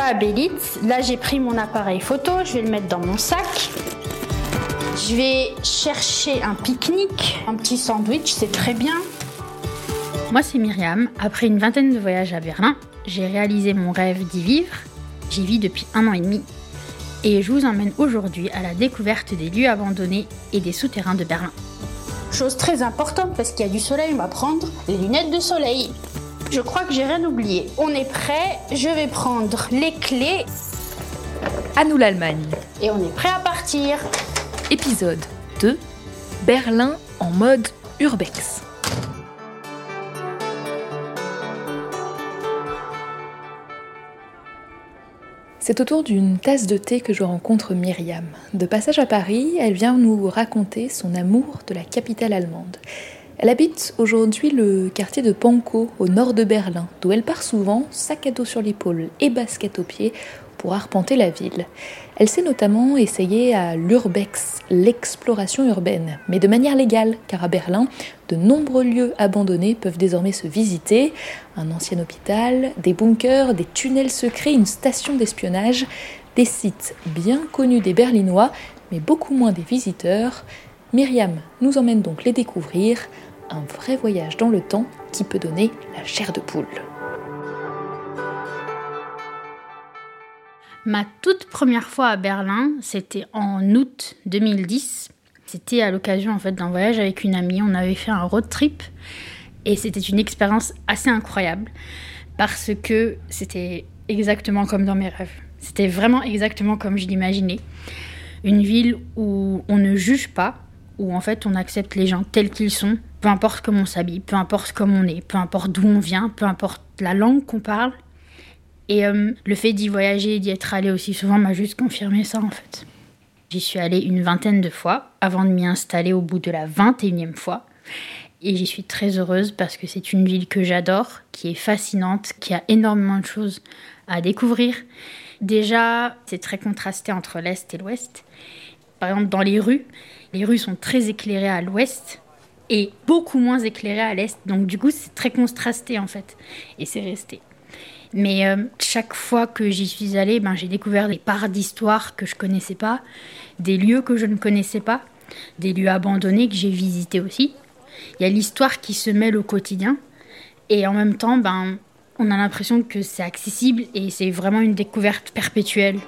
à Belitz. Là, j'ai pris mon appareil photo, je vais le mettre dans mon sac. Je vais chercher un pique-nique, un petit sandwich, c'est très bien. Moi, c'est Myriam. Après une vingtaine de voyages à Berlin, j'ai réalisé mon rêve d'y vivre. J'y vis depuis 1 an et demi. Et je vous emmène aujourd'hui à la découverte des lieux abandonnés et des souterrains de Berlin. Chose très importante, parce qu'il y a du soleil, on va prendre les lunettes de soleil. Je crois que j'ai rien oublié. On est prêt, je vais prendre les clés. À nous l'Allemagne. Et on est prêt à partir. Épisode 2, Berlin en mode urbex. C'est autour d'une tasse de thé que je rencontre Myriam. De passage à Paris, elle vient nous raconter son amour de la capitale allemande. Elle habite aujourd'hui le quartier de Pankow, au nord de Berlin, d'où elle part souvent, sac à dos sur l'épaule et basket aux pieds, pour arpenter la ville. Elle s'est notamment essayée à l'urbex, l'exploration urbaine, mais de manière légale, car à Berlin, de nombreux lieux abandonnés peuvent désormais se visiter. Un ancien hôpital, des bunkers, des tunnels secrets, une station d'espionnage, des sites bien connus des Berlinois, mais beaucoup moins des visiteurs. Myriam nous emmène donc les découvrir, un vrai voyage dans le temps qui peut donner la chair de poule. Ma toute première fois à Berlin, c'était en août 2010. C'était à l'occasion en fait, d'un voyage avec une amie. On avait fait un road trip et c'était une expérience assez incroyable parce que c'était exactement comme dans mes rêves. C'était vraiment exactement comme je l'imaginais. Une ville où on ne juge pas, où en fait on accepte les gens tels qu'ils sont, peu importe comment on s'habille, peu importe comment on est, peu importe d'où on vient, peu importe la langue qu'on parle. Et le fait d'y voyager et d'y être allée aussi souvent m'a juste confirmé ça en fait. J'y suis allée une vingtaine de fois avant de m'y installer au bout de la 21e fois. Et j'y suis très heureuse parce que c'est une ville que j'adore, qui est fascinante, qui a énormément de choses à découvrir. Déjà, c'est très contrasté entre l'Est et l'Ouest. Par exemple, dans les rues sont très éclairées à l'Ouest et beaucoup moins éclairées à l'Est. Donc du coup, c'est très contrasté en fait. Et c'est resté. Mais chaque fois que j'y suis allée, j'ai découvert des parts d'histoire que je ne connaissais pas, des lieux que je ne connaissais pas, des lieux abandonnés que j'ai visités aussi. Il y a l'histoire qui se mêle au quotidien et en même temps, on a l'impression que c'est accessible et c'est vraiment une découverte perpétuelle.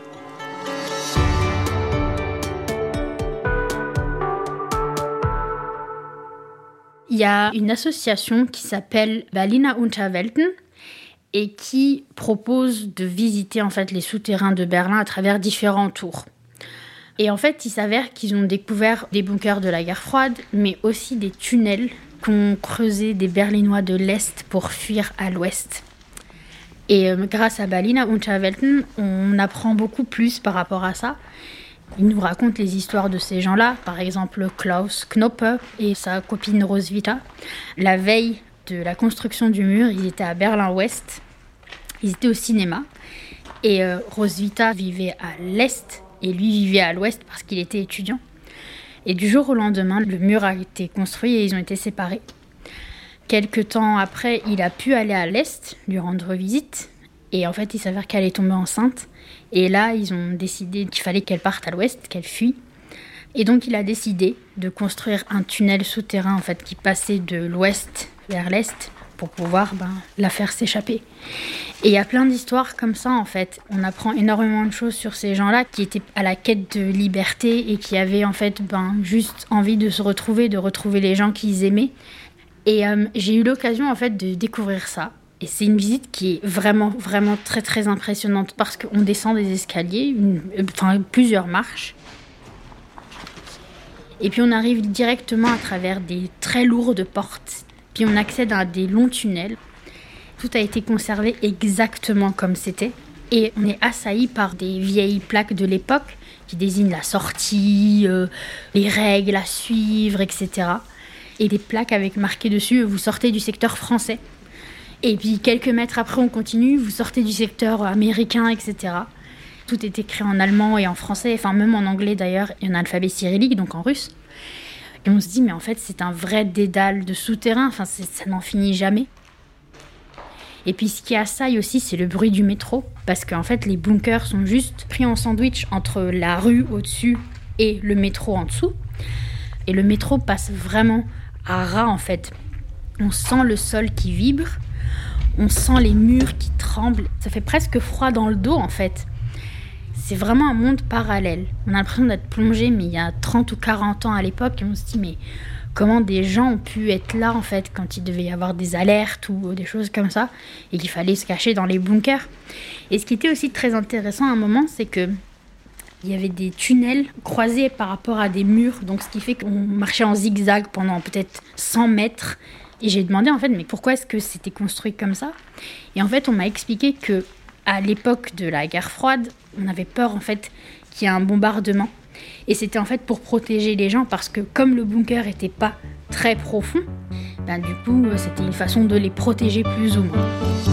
Il y a une association qui s'appelle Berliner Unterwelten et qui propose de visiter en fait les souterrains de Berlin à travers différents tours. Et en fait, il s'avère qu'ils ont découvert des bunkers de la guerre froide, mais aussi des tunnels qu'ont creusés des Berlinois de l'Est pour fuir à l'Ouest. Et grâce à Berliner Unterwelten, on apprend beaucoup plus par rapport à ça. Ils nous racontent les histoires de ces gens-là, par exemple Klaus Knoppe et sa copine Roswitha. La veille de la construction du mur, ils étaient à Berlin-Ouest, ils étaient au cinéma, et Roswitha vivait à l'Est, et lui vivait à l'Ouest parce qu'il était étudiant. Et du jour au lendemain, le mur a été construit et ils ont été séparés. Quelque temps après, il a pu aller à l'Est, lui rendre visite, et en fait, il s'avère qu'elle est tombée enceinte, et là, ils ont décidé qu'il fallait qu'elle parte à l'Ouest, qu'elle fuit. Et donc, il a décidé de construire un tunnel souterrain en fait, qui passait de l'Ouest vers l'Est pour pouvoir la faire s'échapper. Et il y a plein d'histoires comme ça en fait. On apprend énormément de choses sur ces gens-là qui étaient à la quête de liberté et qui avaient en fait juste envie de se retrouver, de retrouver les gens qu'ils aimaient. Et j'ai eu l'occasion en fait de découvrir ça. Et c'est une visite qui est vraiment, vraiment très très impressionnante parce qu'on descend des escaliers, plusieurs marches. Et puis on arrive directement à travers des très lourdes portes. Puis on accède à des longs tunnels. Tout a été conservé exactement comme c'était. Et on est assailli par des vieilles plaques de l'époque qui désignent la sortie, les règles à suivre, etc. Et des plaques avec marqué dessus « Vous sortez du secteur français ». Et puis quelques mètres après, on continue « Vous sortez du secteur américain, etc. » Tout est écrit en allemand et en français, même en anglais d'ailleurs, et en alphabet cyrillique, donc en russe. Et on se dit, mais en fait, c'est un vrai dédale de souterrain, ça n'en finit jamais. Et puis ce qui assaille aussi, c'est le bruit du métro, parce qu'en fait les bunkers sont juste pris en sandwich entre la rue au-dessus et le métro en dessous. Et le métro passe vraiment à ras en fait. On sent le sol qui vibre, on sent les murs qui tremblent. Ça fait presque froid dans le dos en fait. C'est vraiment un monde parallèle. On a l'impression d'être plongé, mais il y a 30 ou 40 ans à l'époque, et on se dit, mais comment des gens ont pu être là en fait quand il devait y avoir des alertes ou des choses comme ça, et qu'il fallait se cacher dans les bunkers. Et ce qui était aussi très intéressant à un moment, c'est que il y avait des tunnels croisés par rapport à des murs, donc ce qui fait qu'on marchait en zigzag pendant peut-être 100 mètres. Et j'ai demandé en fait, mais pourquoi est-ce que c'était construit comme ça ? Et en fait, on m'a expliqué que à l'époque de la guerre froide, on avait peur en fait qu'il y ait un bombardement. Et c'était en fait pour protéger les gens, parce que comme le bunker n'était pas très profond, du coup, c'était une façon de les protéger plus ou moins.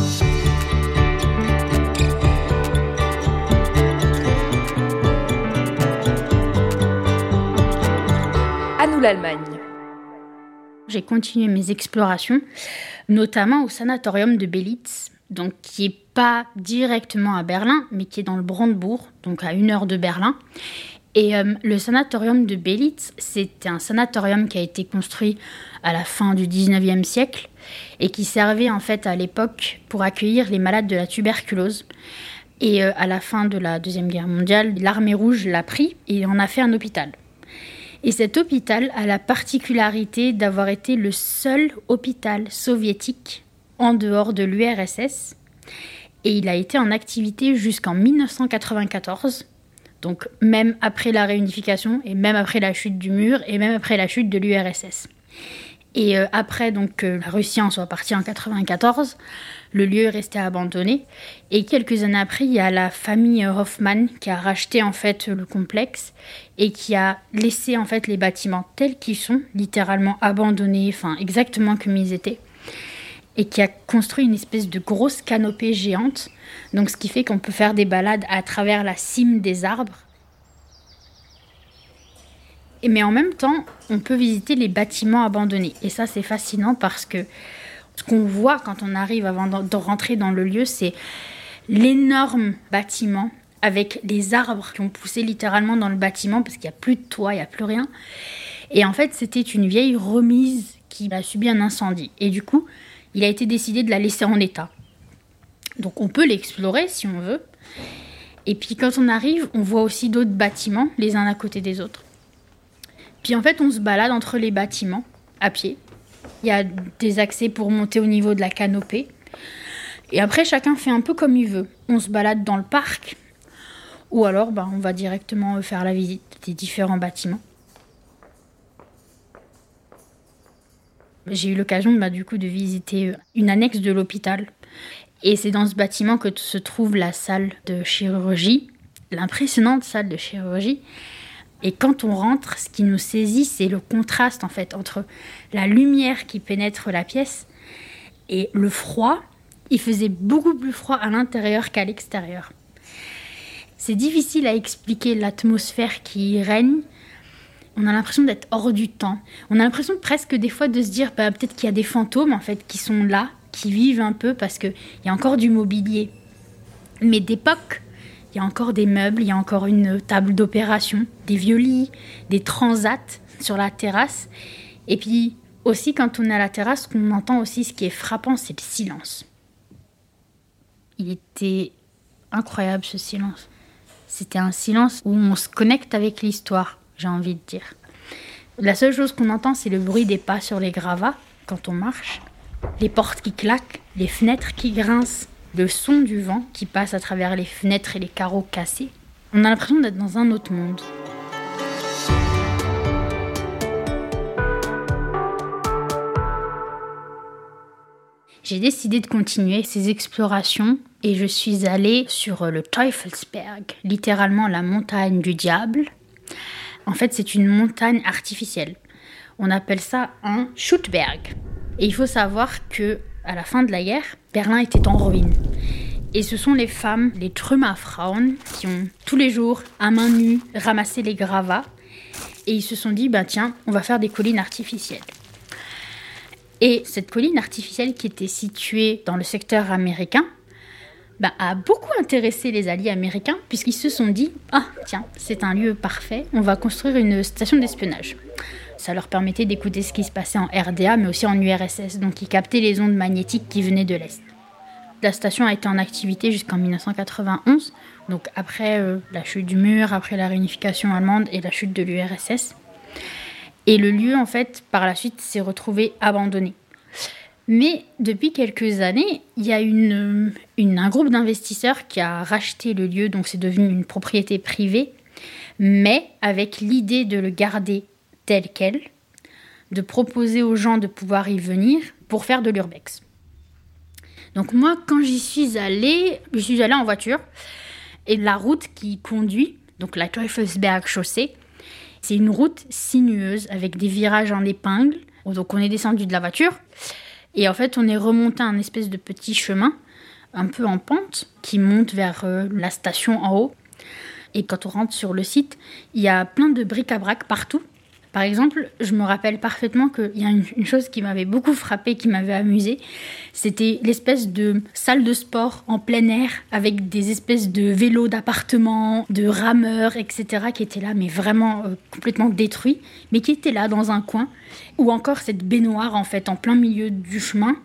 À nous l'Allemagne. J'ai continué mes explorations, notamment au sanatorium de Belitz, donc qui est pas directement à Berlin, mais qui est dans le Brandebourg, donc à 1 heure de Berlin. Et le sanatorium de Belitz, c'était un sanatorium qui a été construit à la fin du 19e siècle et qui servait en fait à l'époque pour accueillir les malades de la tuberculose. Et à la fin de la Deuxième Guerre mondiale, l'Armée rouge l'a pris et en a fait un hôpital. Et cet hôpital a la particularité d'avoir été le seul hôpital soviétique en dehors de l'URSS. Et il a été en activité jusqu'en 1994, donc même après la réunification, et même après la chute du mur, et même après la chute de l'URSS. Et après donc, la Russie en soit partie en 1994, le lieu est resté abandonné. Et quelques années après, il y a la famille Hoffmann qui a racheté en fait le complexe et qui a laissé en fait les bâtiments tels qu'ils sont, littéralement abandonnés, enfin exactement comme ils étaient, et qui a construit une espèce de grosse canopée géante. Donc ce qui fait qu'on peut faire des balades à travers la cime des arbres. Mais en même temps, on peut visiter les bâtiments abandonnés. Et ça, c'est fascinant parce que ce qu'on voit quand on arrive avant de rentrer dans le lieu, c'est l'énorme bâtiment avec les arbres qui ont poussé littéralement dans le bâtiment parce qu'il n'y a plus de toit, il n'y a plus rien. Et en fait, c'était une vieille remise qui a subi un incendie. Et du coup, il a été décidé de la laisser en état. Donc on peut l'explorer si on veut. Et puis quand on arrive, on voit aussi d'autres bâtiments, les uns à côté des autres. Puis en fait, on se balade entre les bâtiments, à pied. Il y a des accès pour monter au niveau de la canopée. Et après, chacun fait un peu comme il veut. On se balade dans le parc, ou alors on va directement faire la visite des différents bâtiments. J'ai eu l'occasion du coup de visiter une annexe de l'hôpital. Et c'est dans ce bâtiment que se trouve la salle de chirurgie, l'impressionnante salle de chirurgie. Et quand on rentre, ce qui nous saisit, c'est le contraste en fait entre la lumière qui pénètre la pièce et le froid. Il faisait beaucoup plus froid à l'intérieur qu'à l'extérieur. C'est difficile à expliquer l'atmosphère qui y règne. On a l'impression d'être hors du temps. On a l'impression presque des fois de se dire peut-être qu'il y a des fantômes en fait qui sont là, qui vivent un peu parce qu'il y a encore du mobilier. Mais d'époque, il y a encore des meubles, il y a encore une table d'opération, des vieux lits, des transats sur la terrasse. Et puis aussi, quand on est à la terrasse, ce qu'on entend aussi, ce qui est frappant, c'est le silence. Il était incroyable ce silence. C'était un silence où on se connecte avec l'histoire, j'ai envie de dire. La seule chose qu'on entend, c'est le bruit des pas sur les gravats quand on marche, les portes qui claquent, les fenêtres qui grincent, le son du vent qui passe à travers les fenêtres et les carreaux cassés. On a l'impression d'être dans un autre monde. J'ai décidé de continuer ces explorations et je suis allée sur le Teufelsberg, littéralement la montagne du diable. En fait, c'est une montagne artificielle. On appelle ça un Schuttberg. Et il faut savoir que à la fin de la guerre, Berlin était en ruine. Et ce sont les femmes, les Trümmerfrauen, qui ont tous les jours, à main nue, ramassé les gravats. Et ils se sont dit, tiens, on va faire des collines artificielles. Et cette colline artificielle qui était située dans le secteur américain a beaucoup intéressé les alliés américains puisqu'ils se sont dit « Ah, tiens, c'est un lieu parfait, on va construire une station d'espionnage ». Ça leur permettait d'écouter ce qui se passait en RDA, mais aussi en URSS, donc ils captaient les ondes magnétiques qui venaient de l'Est. La station a été en activité jusqu'en 1991, donc après la chute du mur, après la réunification allemande et la chute de l'URSS. Et le lieu, en fait, par la suite, s'est retrouvé abandonné. Mais depuis quelques années, il y a un groupe d'investisseurs qui a racheté le lieu, donc c'est devenu une propriété privée, mais avec l'idée de le garder tel quel, de proposer aux gens de pouvoir y venir pour faire de l'urbex. Donc moi, quand j'y suis allée en voiture, et la route qui conduit, donc la Teufelsberg chaussée, c'est une route sinueuse avec des virages en épingle. Donc on est descendu de la voiture, et en fait on est remonté un espèce de petit chemin, un peu en pente, qui monte vers la station en haut. Et quand on rentre sur le site, il y a plein de bric-à-brac partout. Par exemple, je me rappelle parfaitement qu'il y a une chose qui m'avait beaucoup frappée, qui m'avait amusée. C'était l'espèce de salle de sport en plein air avec des espèces de vélos d'appartement, de rameurs, etc. qui étaient là, mais vraiment complètement détruits, mais qui étaient là dans un coin. Ou encore cette baignoire, en fait, en plein milieu du chemin.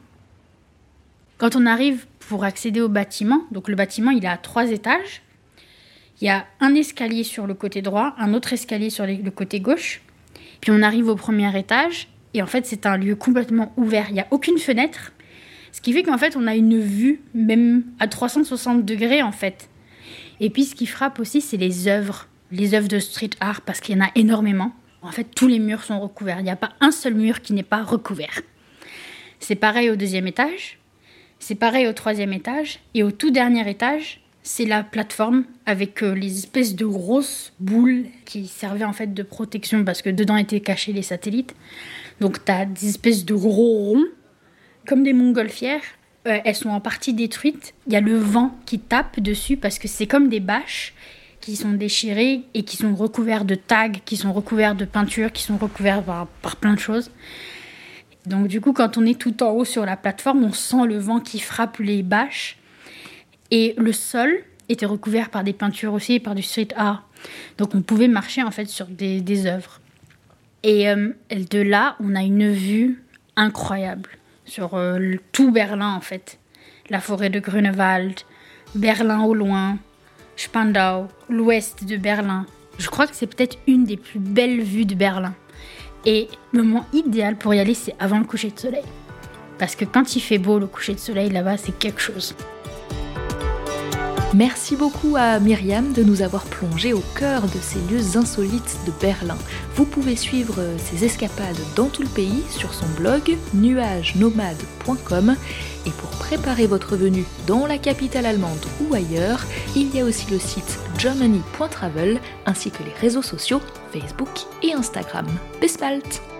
Quand on arrive pour accéder au bâtiment, donc le bâtiment, il a 3 étages. Il y a un escalier sur le côté droit, un autre escalier sur le côté gauche. Puis on arrive au premier étage, et en fait, c'est un lieu complètement ouvert. Il n'y a aucune fenêtre, ce qui fait qu'en fait, on a une vue, même à 360 degrés, en fait. Et puis, ce qui frappe aussi, c'est les œuvres de street art, parce qu'il y en a énormément. En fait, tous les murs sont recouverts. Il n'y a pas un seul mur qui n'est pas recouvert. C'est pareil au 2e étage, c'est pareil au 3e étage, et au tout dernier étage, c'est la plateforme avec les espèces de grosses boules qui servaient en fait de protection parce que dedans étaient cachés les satellites. Donc tu as des espèces de gros ronds, comme des montgolfières. Elles sont en partie détruites. Il y a le vent qui tape dessus parce que c'est comme des bâches qui sont déchirées et qui sont recouvertes de tags, qui sont recouvertes de peintures, qui sont recouvertes par plein de choses. Donc du coup, quand on est tout en haut sur la plateforme, on sent le vent qui frappe les bâches. Et le sol était recouvert par des peintures aussi et par du street art. Donc on pouvait marcher en fait sur des œuvres. Et de là, on a une vue incroyable sur tout Berlin en fait. La forêt de Grunewald, Berlin au loin, Spandau, l'ouest de Berlin. Je crois que c'est peut-être une des plus belles vues de Berlin. Et le moment idéal pour y aller, c'est avant le coucher de soleil. Parce que quand il fait beau, le coucher de soleil là-bas, c'est quelque chose. Merci beaucoup à Myriam de nous avoir plongé au cœur de ces lieux insolites de Berlin. Vous pouvez suivre ses escapades dans tout le pays sur son blog nuagenomade.com. Et pour préparer votre venue dans la capitale allemande ou ailleurs, il y a aussi le site germany.travel ainsi que les réseaux sociaux Facebook et Instagram. Bis bald!